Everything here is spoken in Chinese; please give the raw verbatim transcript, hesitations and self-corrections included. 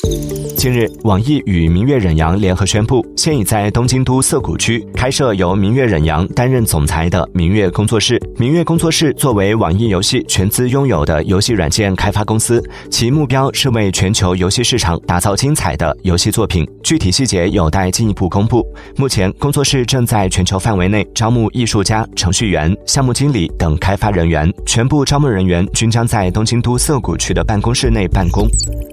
近日，网易与明月忍阳联合宣布，现已在东京都涩谷区开设由明月忍阳担任总裁的明月工作室。明月工作室作为网易游戏全资拥有的游戏软件开发公司，其目标是为全球游戏市场打造精彩的游戏作品，具体细节有待进一步公布。目前，工作室正在全球范围内招募艺术家、程序员、项目经理等开发人员，全部招募人员均将在东京都涩谷区的办公室内办公。